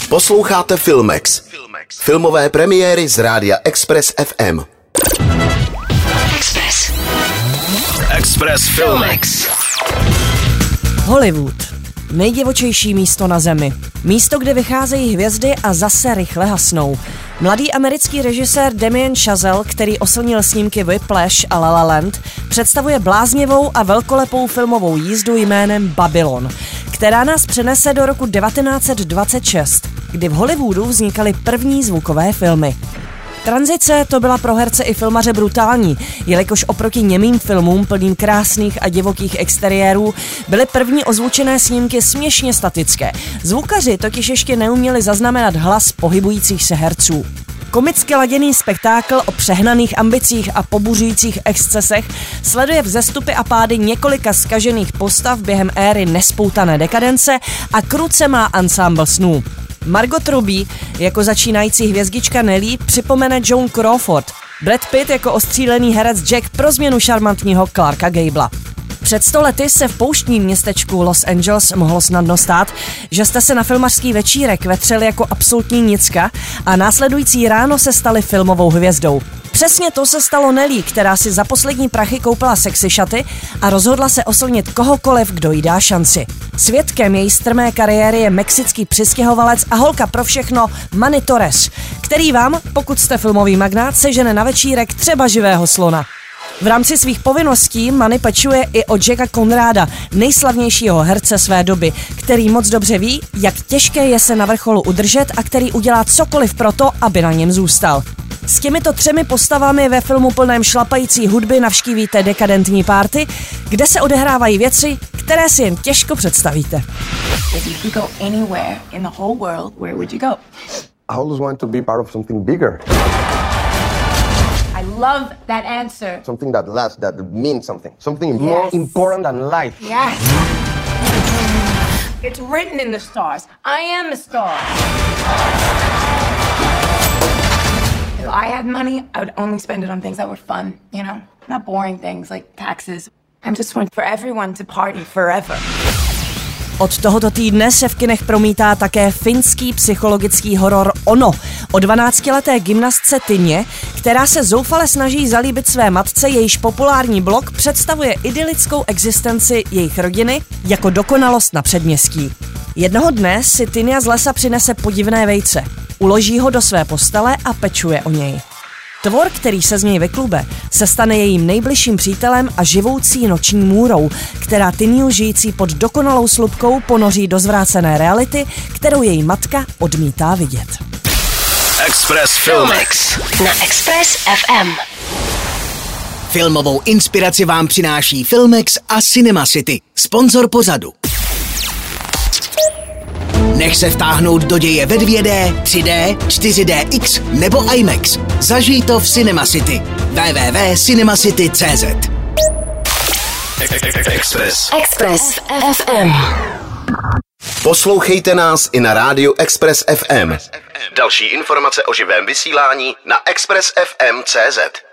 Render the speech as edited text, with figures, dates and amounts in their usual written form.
Posloucháte Filmex. Filmové premiéry z rádia Express FM. Express Filmex. Hollywood. Nejdivočejší místo na zemi. Místo, kde vycházejí hvězdy a zase rychle hasnou. Mladý americký režisér Damien Chazelle, který oslnil snímky Whiplash a La La Land, představuje bláznivou a velkolepou filmovou jízdu jménem Babylon, která nás přenese do roku 1926, kdy v Hollywoodu vznikaly první zvukové filmy. Tranzice to byla pro herce i filmaře brutální, jelikož oproti němým filmům plným krásných a divokých exteriérů byly první ozvučené snímky směšně statické. Zvukaři totiž ještě neuměli zaznamenat hlas pohybujících se herců. Komicky laděný spektákl o přehnaných ambicích a pobuřujících excesech sleduje vzestupy a pády několika zkažených postav během éry nespoutané dekadence a kruce má ansámbl snů. Margot Robbie jako začínající hvězdička Nelly připomene Joan Crawford. Brad Pitt jako ostřílený herec Jack pro změnu šarmantního Clarka Gablea. Před 100 lety se v pouštním městečku Los Angeles mohlo snadno stát, že jste se na filmařský večírek vetřeli jako absolutní nicka a následující ráno se stali filmovou hvězdou. Přesně to se stalo Nelly, která si za poslední prachy koupila sexy šaty a rozhodla se oslnit kohokoliv, kdo jí dá šanci. Svědkem její strmé kariéry je mexický přistěhovalec a holka pro všechno Manny Torres, který vám, pokud jste filmový magnát, sežene na večírek třeba živého slona. V rámci svých povinností Manny pečuje i o Jacka Conrada, nejslavnějšího herce své doby, který moc dobře ví, jak těžké je se na vrcholu udržet a který udělá cokoliv pro to, aby na něm zůstal. S těmito 3 postavami ve filmu plném šlapající hudby navštívíte dekadentní party, kde se odehrávají věci, které si jen těžko představíte. If you could go anywhere in the whole world, where would you go? I always want to be part of something bigger. I love that answer. Something that lasts, that means something. Something more important than life. Yes. It's written in the stars. I am a star. If I had money, I would only spend it on things that were fun, you know? Not boring things like taxes. I just want for everyone to party forever. Od tohoto týdne se v kinech promítá také finský psychologický horor Ono o 12leté gymnastce Tině, která se zoufale snaží zalíbit své matce, jejíž populární blog představuje idylickou existenci jejich rodiny jako dokonalost na předměstí. Jednoho dne si Tinia z lesa přinese podivné vejce, uloží ho do své postele a pečuje o něj. Tvor, který se z něj vyklube, se stane jejím nejbližším přítelem a živoucí noční můrou, která Tiniu žijící pod dokonalou slupkou ponoří do zvrácené reality, kterou její matka odmítá vidět. Express Filmex. Na Express FM. Filmovou inspiraci vám přináší Filmex a Cinema City, sponzor pořadu. Nech se vtáhnout do děje ve 2D, 3D, 4DX nebo IMAX. Zažij to v Cinema City. www.cinemacity.cz. Express FM. Poslouchejte nás i na rádiu Express FM. Další informace o živém vysílání na expressfm.cz.